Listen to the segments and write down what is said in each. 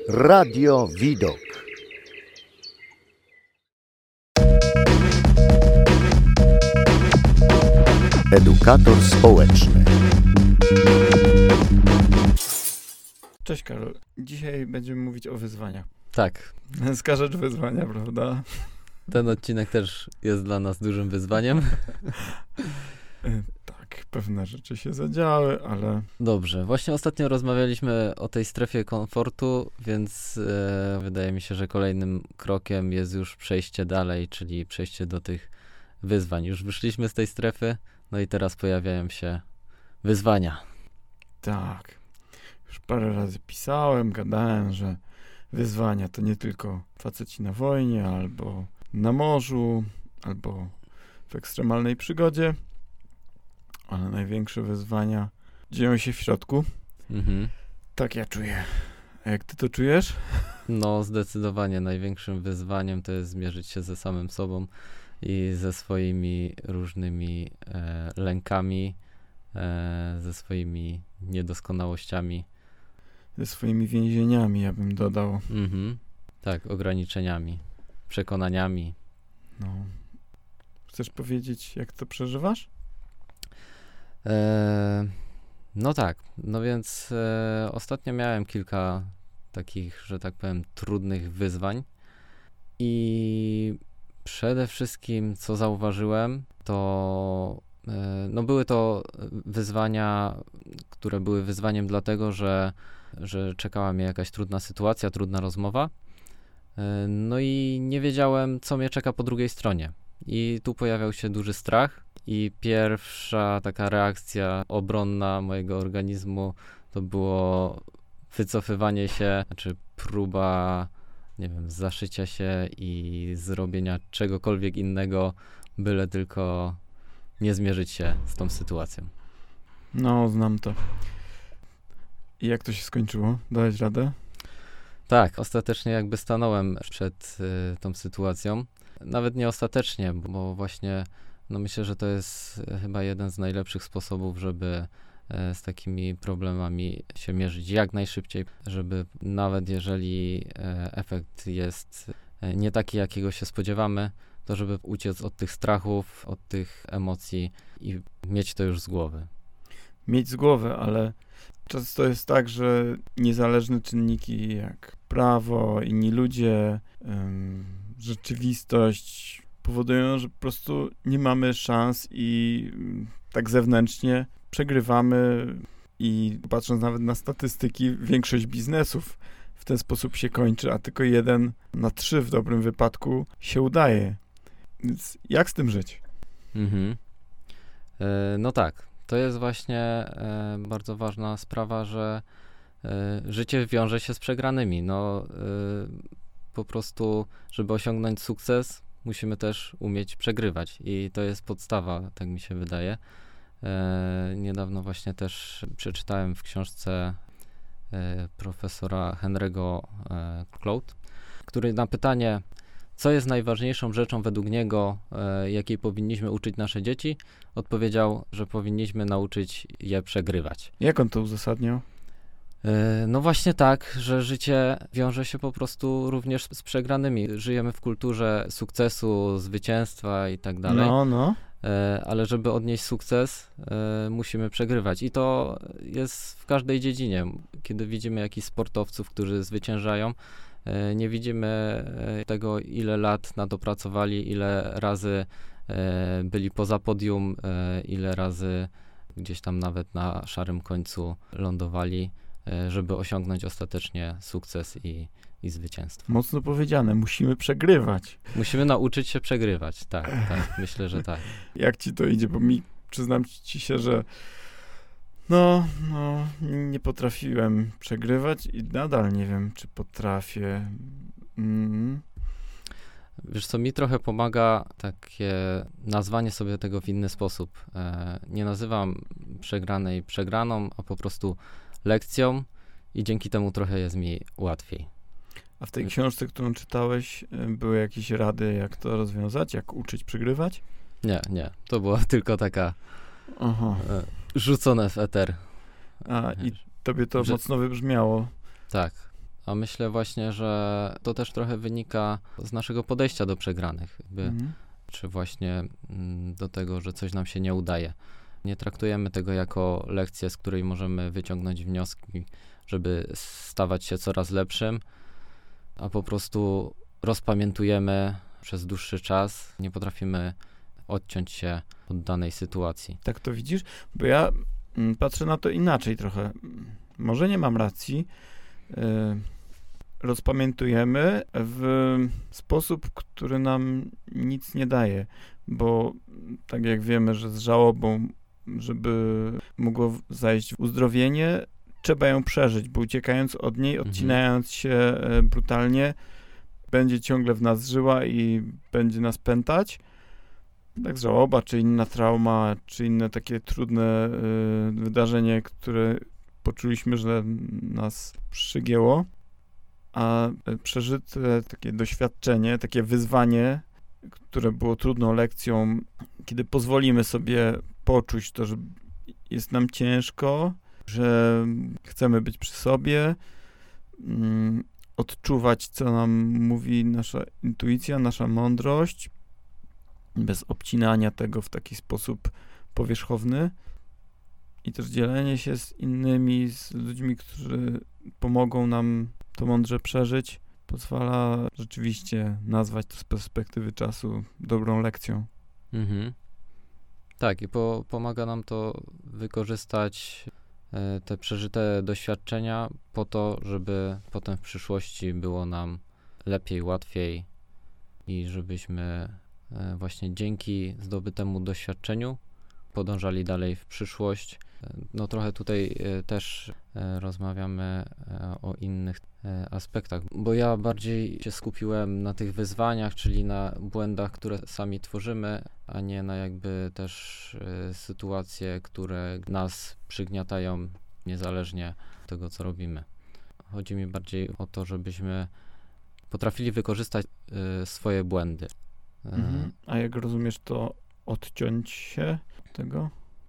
Radio Widok. Edukator społeczny. Cześć Karol. Dzisiaj będziemy mówić o wyzwaniach. Tak. Męska rzecz wyzwania, prawda? Ten odcinek też jest dla nas dużym wyzwaniem. Tak, pewne rzeczy się zadziały, ale... Dobrze, właśnie ostatnio rozmawialiśmy o tej strefie komfortu, więc wydaje mi się, że kolejnym krokiem jest już przejście dalej, czyli przejście do tych wyzwań. Już wyszliśmy z tej strefy, no i teraz pojawiają się wyzwania. Tak. Już parę razy pisałem, gadałem, że wyzwania to nie tylko faceci na wojnie, albo na morzu, albo w ekstremalnej przygodzie, ale największe wyzwania dzieją się w środku. Mhm. Tak ja czuję. A jak ty to czujesz? No zdecydowanie największym wyzwaniem to jest zmierzyć się ze samym sobą i ze swoimi różnymi lękami, ze swoimi niedoskonałościami. Ze swoimi więzieniami, ja bym dodał. Mhm. Tak, ograniczeniami, przekonaniami. No. Chcesz powiedzieć, jak to przeżywasz? No tak, no więc ostatnio miałem kilka takich, że tak powiem, trudnych wyzwań i przede wszystkim, co zauważyłem, to no były to wyzwania, które były wyzwaniem dlatego, że czekała mnie jakaś trudna sytuacja, trudna rozmowa, no i nie wiedziałem, co mnie czeka po drugiej stronie. I tu pojawiał się duży strach i pierwsza taka reakcja obronna mojego organizmu to było wycofywanie się, czy próba, nie wiem, zaszycia się i zrobienia czegokolwiek innego, byle tylko nie zmierzyć się z tą sytuacją. No, znam to. I jak to się skończyło? Dałeś radę? Tak, ostatecznie jakby stanąłem przed tą sytuacją. Nawet nie ostatecznie, bo właśnie no myślę, że to jest chyba jeden z najlepszych sposobów, żeby z takimi problemami się mierzyć jak najszybciej, żeby nawet jeżeli efekt jest nie taki, jakiego się spodziewamy, to żeby uciec od tych strachów, od tych emocji i mieć to już z głowy. Mieć z głowy, ale często jest tak, że niezależne czynniki jak prawo, inni ludzie, rzeczywistość powodują, że po prostu nie mamy szans i tak zewnętrznie przegrywamy i patrząc nawet na statystyki, większość biznesów w ten sposób się kończy, a tylko 1 na 3 w dobrym wypadku się udaje. Więc jak z tym żyć? Mhm. No tak, to jest właśnie bardzo ważna sprawa, że życie wiąże się z przegranymi. No po prostu, żeby osiągnąć sukces, musimy też umieć przegrywać i to jest podstawa, tak mi się wydaje. Niedawno właśnie też przeczytałem w książce profesora Henry'ego Cloud, który na pytanie, co jest najważniejszą rzeczą według niego, jakiej powinniśmy uczyć nasze dzieci, odpowiedział, że powinniśmy nauczyć je przegrywać. Jak on to uzasadniał? No właśnie tak, że życie wiąże się po prostu również z przegranymi. Żyjemy w kulturze sukcesu, zwycięstwa i tak dalej. No. Ale żeby odnieść sukces, musimy przegrywać. I to jest w każdej dziedzinie. Kiedy widzimy jakichś sportowców, którzy zwyciężają, nie widzimy tego, ile lat na to pracowali, ile razy byli poza podium, ile razy gdzieś tam nawet na szarym końcu lądowali, żeby osiągnąć ostatecznie sukces i zwycięstwo. Mocno powiedziane, musimy przegrywać. Musimy nauczyć się przegrywać, tak, myślę, że tak. Jak ci to idzie? Bo przyznam ci się, że no, nie potrafiłem przegrywać i nadal nie wiem, czy potrafię. Wiesz co, mi trochę pomaga takie nazwanie sobie tego w inny sposób. Nie nazywam przegranej przegraną, a po prostu lekcją i dzięki temu trochę jest mi łatwiej. A w tej książce, którą czytałeś, były jakieś rady, jak to rozwiązać, jak uczyć przegrywać? Nie. To była tylko taka rzucone w eter. I tobie to mocno wybrzmiało. Tak. A myślę właśnie, że to też trochę wynika z naszego podejścia do przegranych. Czy właśnie do tego, że coś nam się nie udaje. Nie traktujemy tego jako lekcję, z której możemy wyciągnąć wnioski, żeby stawać się coraz lepszym, a po prostu rozpamiętujemy przez dłuższy czas, nie potrafimy odciąć się od danej sytuacji. Tak to widzisz? Bo ja patrzę na to inaczej trochę. Może nie mam racji. Rozpamiętujemy w sposób, który nam nic nie daje, bo tak jak wiemy, że z żałobą, żeby mogło zajść w uzdrowienie, trzeba ją przeżyć, bo uciekając od niej, odcinając się brutalnie, będzie ciągle w nas żyła i będzie nas pętać. Tak żałoba, czy inna trauma, czy inne takie trudne wydarzenie, które poczuliśmy, że nas przygięło, a przeżyte takie doświadczenie, takie wyzwanie, które było trudną lekcją, kiedy pozwolimy sobie poczuć to, że jest nam ciężko, że chcemy być przy sobie, odczuwać, co nam mówi nasza intuicja, nasza mądrość, bez obcinania tego w taki sposób powierzchowny i też dzielenie się z innymi, z ludźmi, którzy pomogą nam to mądrze przeżyć, pozwala rzeczywiście nazwać to z perspektywy czasu dobrą lekcją. Tak, i pomaga nam to wykorzystać te przeżyte doświadczenia po to, żeby potem w przyszłości było nam lepiej, łatwiej i żebyśmy właśnie dzięki zdobytemu doświadczeniu podążali dalej w przyszłość. No trochę tutaj też rozmawiamy o innych aspektach, bo ja bardziej się skupiłem na tych wyzwaniach, czyli na błędach, które sami tworzymy, a nie na jakby też sytuacje, które nas przygniatają niezależnie od tego, co robimy. Chodzi mi bardziej o to, żebyśmy potrafili wykorzystać swoje błędy. A jak rozumiesz, to odciąć się od tego?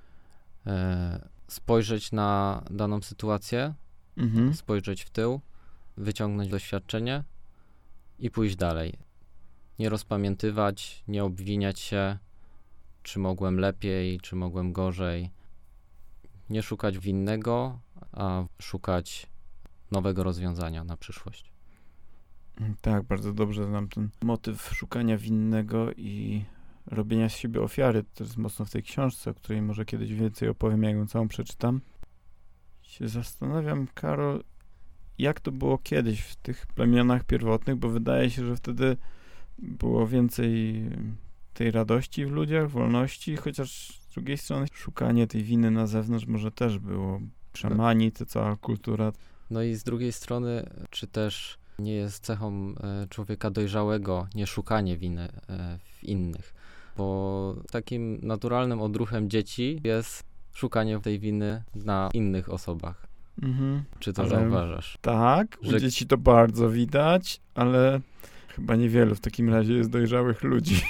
Spojrzeć na daną sytuację, spojrzeć w tył, wyciągnąć doświadczenie i pójść dalej. Nie rozpamiętywać, nie obwiniać się, czy mogłem lepiej, czy mogłem gorzej. Nie szukać winnego, a szukać nowego rozwiązania na przyszłość. Tak, bardzo dobrze znam ten motyw szukania winnego i robienia z siebie ofiary. To jest mocno w tej książce, o której może kiedyś więcej opowiem, jak ją całą przeczytam. Się zastanawiam, Karol, jak to było kiedyś w tych plemionach pierwotnych, bo wydaje się, że wtedy było więcej tej radości w ludziach, wolności, chociaż z drugiej strony szukanie tej winy na zewnątrz może też było. Szamani, to cała kultura. No i z drugiej strony, czy też nie jest cechą człowieka dojrzałego nie szukanie winy w innych, bo takim naturalnym odruchem dzieci jest szukanie tej winy na innych osobach. Czy to zauważasz? Tak, u dzieci to bardzo widać, ale chyba niewielu w takim razie jest dojrzałych ludzi.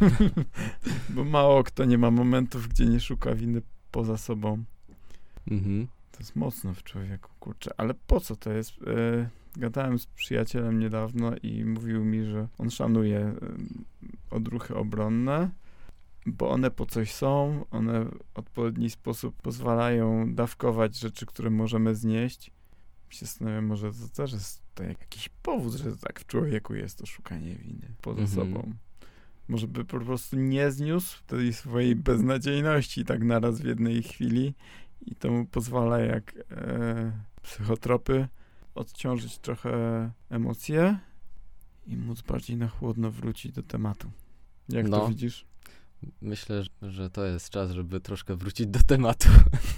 Bo mało kto nie ma momentów, gdzie nie szuka winy poza sobą. To jest mocno w człowieku, kurczę. Ale po co to jest? Gadałem z przyjacielem niedawno i mówił mi, że on szanuje odruchy obronne, bo one po coś są, one w odpowiedni sposób pozwalają dawkować rzeczy, które możemy znieść. Się zastanawiam, może to też jest to jakiś powód, że tak w człowieku jest to szukanie winy poza sobą. Może by po prostu nie zniósł tej swojej beznadziejności tak naraz w jednej chwili i to mu pozwala jak psychotropy odciążyć trochę emocje i móc bardziej na chłodno wrócić do tematu. Jak to widzisz? Myślę, że to jest czas, żeby troszkę wrócić do tematu.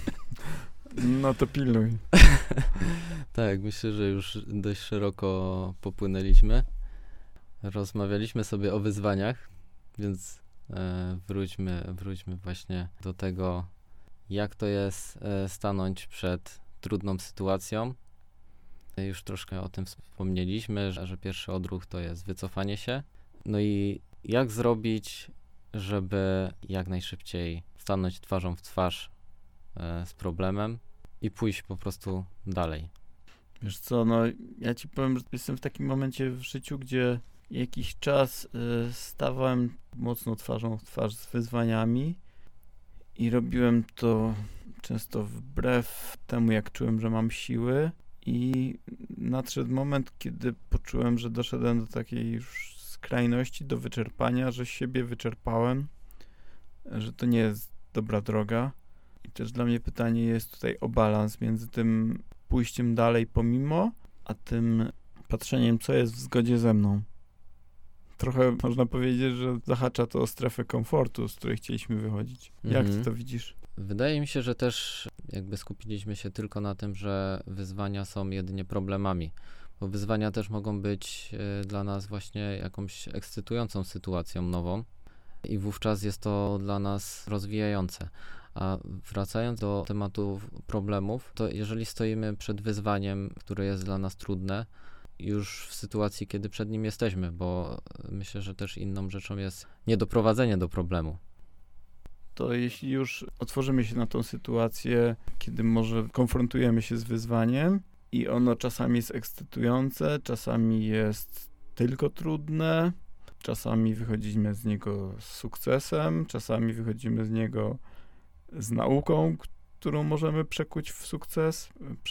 No to pilnuj. Tak, myślę, że już dość szeroko popłynęliśmy. Rozmawialiśmy sobie o wyzwaniach, więc wróćmy właśnie do tego, jak to jest stanąć przed trudną sytuacją. Już troszkę o tym wspomnieliśmy, że pierwszy odruch to jest wycofanie się. No i jak zrobić, żeby jak najszybciej stanąć twarzą w twarz z problemem i pójść po prostu dalej. Wiesz co, no ja ci powiem, że jestem w takim momencie w życiu, gdzie jakiś czas stawałem mocno twarzą w twarz z wyzwaniami i robiłem to często wbrew temu, jak czułem, że mam siły, i nadszedł moment, kiedy poczułem, że doszedłem do takiej już skrajności, do wyczerpania, że siebie wyczerpałem, że to nie jest dobra droga. I też dla mnie pytanie jest tutaj o balans między tym pójściem dalej pomimo, a tym patrzeniem, co jest w zgodzie ze mną. Trochę można powiedzieć, że zahacza to o strefę komfortu, z której chcieliśmy wychodzić. Jak ty to widzisz? Wydaje mi się, że też jakby skupiliśmy się tylko na tym, że wyzwania są jedynie problemami, bo wyzwania też mogą być dla nas właśnie jakąś ekscytującą sytuacją nową i wówczas jest to dla nas rozwijające. A wracając do tematu problemów, to jeżeli stoimy przed wyzwaniem, które jest dla nas trudne, już w sytuacji, kiedy przed nim jesteśmy, bo myślę, że też inną rzeczą jest niedoprowadzenie do problemu. To jeśli już otworzymy się na tą sytuację, kiedy może konfrontujemy się z wyzwaniem i ono czasami jest ekscytujące, czasami jest tylko trudne, czasami wychodzimy z niego z sukcesem, czasami wychodzimy z niego z nauką, którą możemy przekuć w sukces,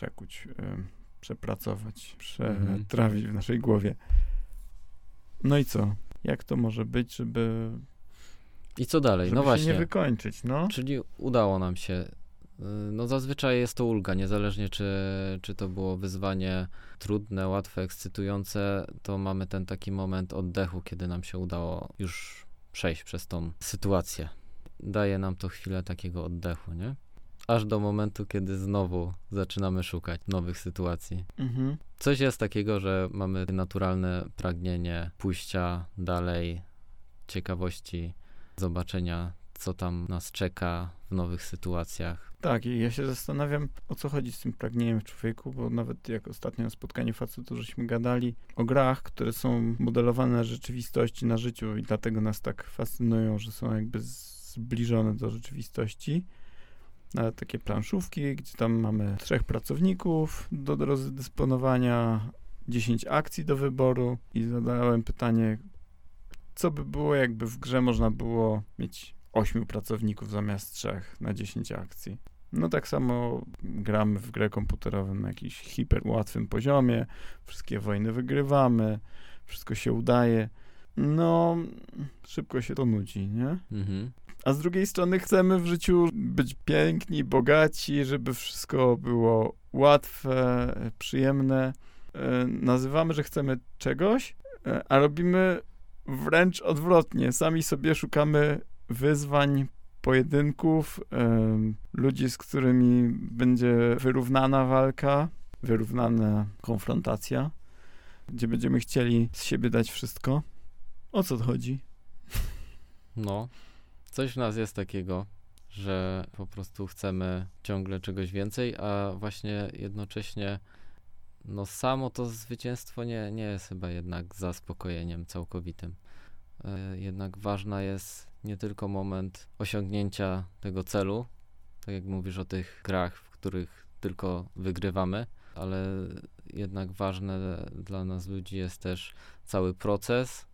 przepracować, przetrawić w naszej głowie. No i co? Jak to może być, żeby I co dalej? No się właśnie. nie wykończyć, no? Czyli udało nam się. No zazwyczaj jest to ulga, niezależnie czy to było wyzwanie trudne, łatwe, ekscytujące, to mamy ten taki moment oddechu, kiedy nam się udało już przejść przez tą sytuację. Daje nam to chwilę takiego oddechu, nie? Aż do momentu, kiedy znowu zaczynamy szukać nowych sytuacji. Mhm. Coś jest takiego, że mamy naturalne pragnienie pójścia dalej, ciekawości, zobaczenia, co tam nas czeka w nowych sytuacjach. Tak, i ja się zastanawiam, o co chodzi z tym pragnieniem w człowieku, bo nawet jak ostatnio na spotkaniu facetów, żeśmy gadali o grach, które są modelowane na rzeczywistości, na życiu i dlatego nas tak fascynują, że są jakby zbliżone do rzeczywistości. Nawet takie planszówki, gdzie tam mamy 3 pracowników do rozdysponowania, 10 akcji do wyboru i zadałem pytanie, co by było, jakby w grze można było mieć 8 pracowników zamiast 3 na 10 akcji. No tak samo gramy w grę komputerową na jakimś hiper łatwym poziomie, wszystkie wojny wygrywamy, wszystko się udaje. No, szybko się to nudzi, nie? Mhm. A z drugiej strony chcemy w życiu być piękni, bogaci, żeby wszystko było łatwe, przyjemne. Nazywamy, że chcemy czegoś, a robimy wręcz odwrotnie. Sami sobie szukamy wyzwań, pojedynków, ludzi, z którymi będzie wyrównana walka, wyrównana konfrontacja, gdzie będziemy chcieli z siebie dać wszystko. O co chodzi? No, coś w nas jest takiego, że po prostu chcemy ciągle czegoś więcej, a właśnie jednocześnie no samo to zwycięstwo nie jest chyba jednak zaspokojeniem całkowitym. Jednak ważna jest nie tylko moment osiągnięcia tego celu, tak jak mówisz o tych grach, w których tylko wygrywamy, ale jednak ważne dla nas ludzi jest też cały proces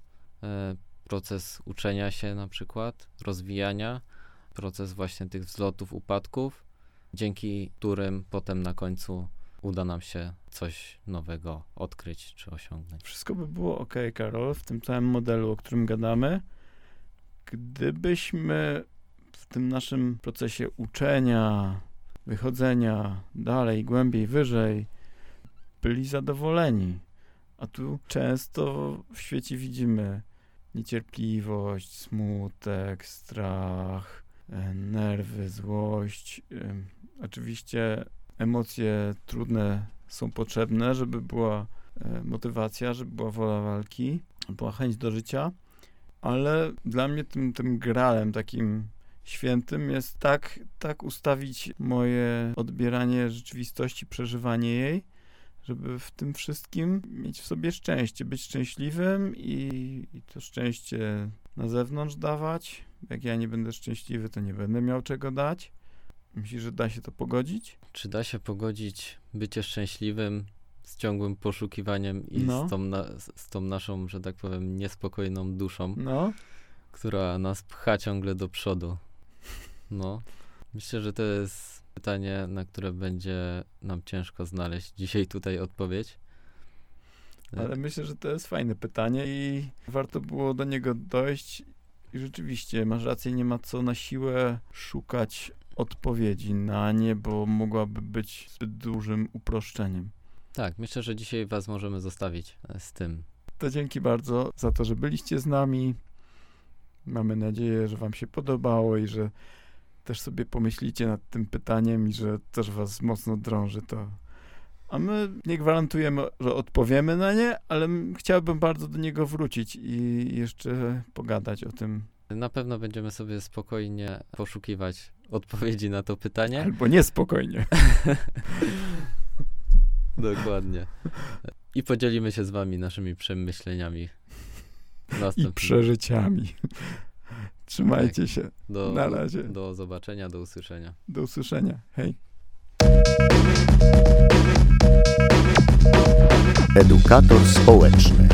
uczenia się na przykład, rozwijania, proces właśnie tych wzlotów, upadków, dzięki którym potem na końcu uda nam się coś nowego odkryć czy osiągnąć. Wszystko by było ok, Karol, w tym całym modelu, o którym gadamy, gdybyśmy w tym naszym procesie uczenia, wychodzenia dalej, głębiej, wyżej, byli zadowoleni. A tu często w świecie widzimy niecierpliwość, smutek, strach, nerwy, złość. Oczywiście emocje trudne są potrzebne, żeby była motywacja, żeby była wola walki, była chęć do życia, ale dla mnie tym gralem takim świętym jest tak ustawić moje odbieranie rzeczywistości, przeżywanie jej, żeby w tym wszystkim mieć w sobie szczęście, być szczęśliwym i to szczęście na zewnątrz dawać. Jak ja nie będę szczęśliwy, to nie będę miał czego dać. Myślisz, że da się to pogodzić? Czy da się pogodzić bycie szczęśliwym z ciągłym poszukiwaniem i No. z tą naszą, że tak powiem, niespokojną duszą, No, która nas pcha ciągle do przodu. No, myślę, że to jest pytanie, na które będzie nam ciężko znaleźć dzisiaj tutaj odpowiedź. ale myślę, że to jest fajne pytanie i warto było do niego dojść. I rzeczywiście, masz rację, nie ma co na siłę szukać odpowiedzi na nie, bo mogłaby być zbyt dużym uproszczeniem. Tak, myślę, że dzisiaj was możemy zostawić z tym. To dzięki bardzo za to, że byliście z nami. Mamy nadzieję, że wam się podobało i że też sobie pomyślicie nad tym pytaniem i że też was mocno drąży to. A my nie gwarantujemy, że odpowiemy na nie, ale chciałbym bardzo do niego wrócić i jeszcze pogadać o tym. Na pewno będziemy sobie spokojnie poszukiwać odpowiedzi na to pytanie. Albo niespokojnie. Dokładnie. I podzielimy się z wami naszymi przemyśleniami. I przeżyciami. Trzymajcie się. Na razie. Do zobaczenia, do usłyszenia. Do usłyszenia. Hej. Edukator społeczny.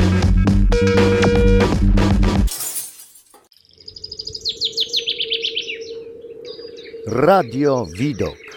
Radio Widok.